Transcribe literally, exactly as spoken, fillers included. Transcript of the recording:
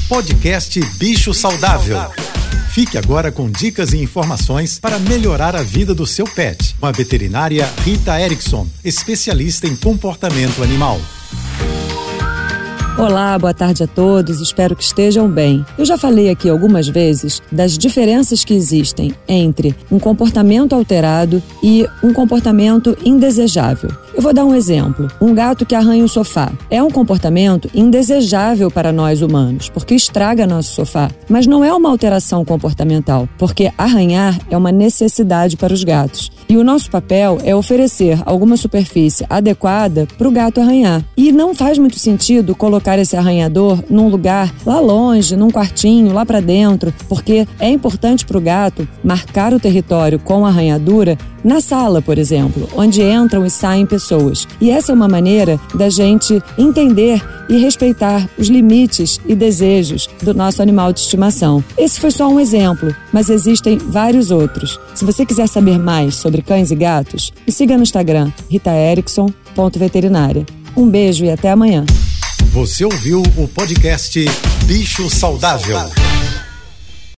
Podcast Bicho Saudável. Fique agora com dicas e informações para melhorar a vida do seu pet, com a veterinária Rita Erickson, especialista em comportamento animal. Olá, boa tarde a todos, espero que estejam bem. Eu já falei aqui algumas vezes das diferenças que existem entre um comportamento alterado e um comportamento indesejável. Eu vou dar um exemplo. Um gato que arranha o sofá. É um comportamento indesejável para nós humanos, porque estraga nosso sofá. Mas não é uma alteração comportamental, porque arranhar é uma necessidade para os gatos. E o nosso papel é oferecer alguma superfície adequada para o gato arranhar. E não faz muito sentido colocar esse arranhador num lugar lá longe, num quartinho, lá para dentro, porque é importante para o gato marcar o território com a arranhadura na sala, por exemplo, onde entram e saem pessoas. E essa é uma maneira da gente entender e respeitar os limites e desejos do nosso animal de estimação. Esse foi só um exemplo, mas existem vários outros. Se você quiser saber mais sobre cães e gatos, me siga no Instagram, rita erickson ponto veterinária. Um beijo e até amanhã. Você ouviu o podcast Bicho Saudável.